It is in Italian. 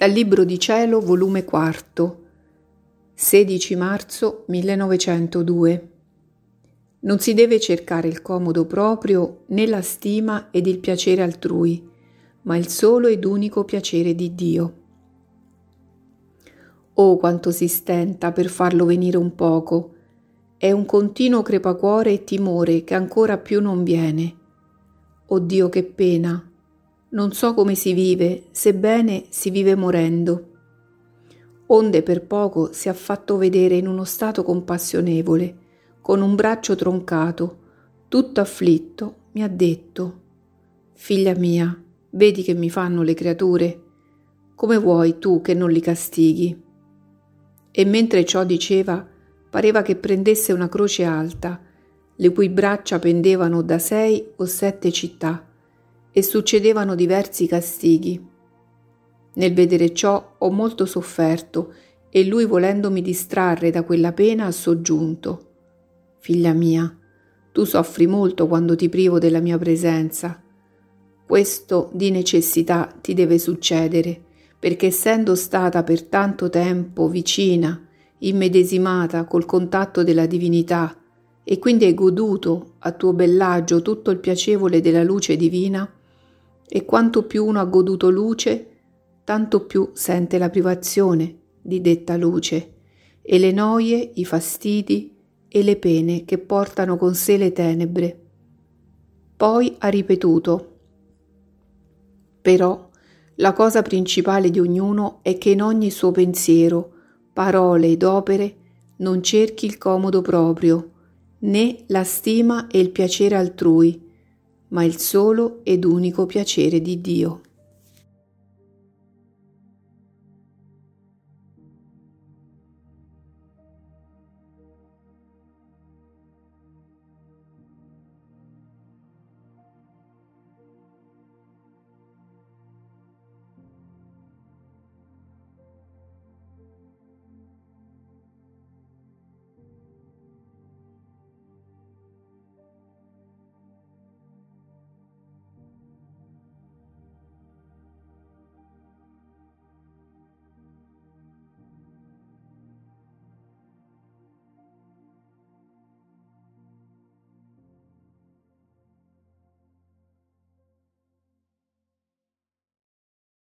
Dal Libro di Cielo, volume 4, 16 marzo 1902. Non si deve cercare il comodo proprio né la stima ed il piacere altrui, ma il solo ed unico piacere di Dio. Oh, quanto si stenta per farlo venire un poco! È un continuo crepacuore e timore che ancora più non viene. Oh Dio, che pena! Non so come si vive, sebbene si vive morendo. Onde per poco si è fatto vedere in uno stato compassionevole, con un braccio troncato, tutto afflitto, mi ha detto: «Figlia mia, vedi che mi fanno le creature? Come vuoi tu che non li castighi?» E mentre ciò diceva, pareva che prendesse una croce alta, le cui braccia pendevano da 6 o 7 città, e succedevano diversi castighi. Nel vedere ciò ho molto sofferto e lui, volendomi distrarre da quella pena, ha soggiunto: «Figlia mia, tu soffri molto quando ti privo della mia presenza. Questo di necessità ti deve succedere, perché essendo stata per tanto tempo vicina, immedesimata col contatto della divinità, e quindi hai goduto a tuo bellagio tutto il piacevole della luce divina, e quanto più uno ha goduto luce, tanto più sente la privazione di detta luce e le noie, i fastidi e le pene che portano con sé le tenebre. Poi ha ripetuto: però la cosa principale di ognuno è che in ogni suo pensiero, parole ed opere non cerchi il comodo proprio, né la stima e il piacere altrui, ma il solo ed unico piacere di Dio».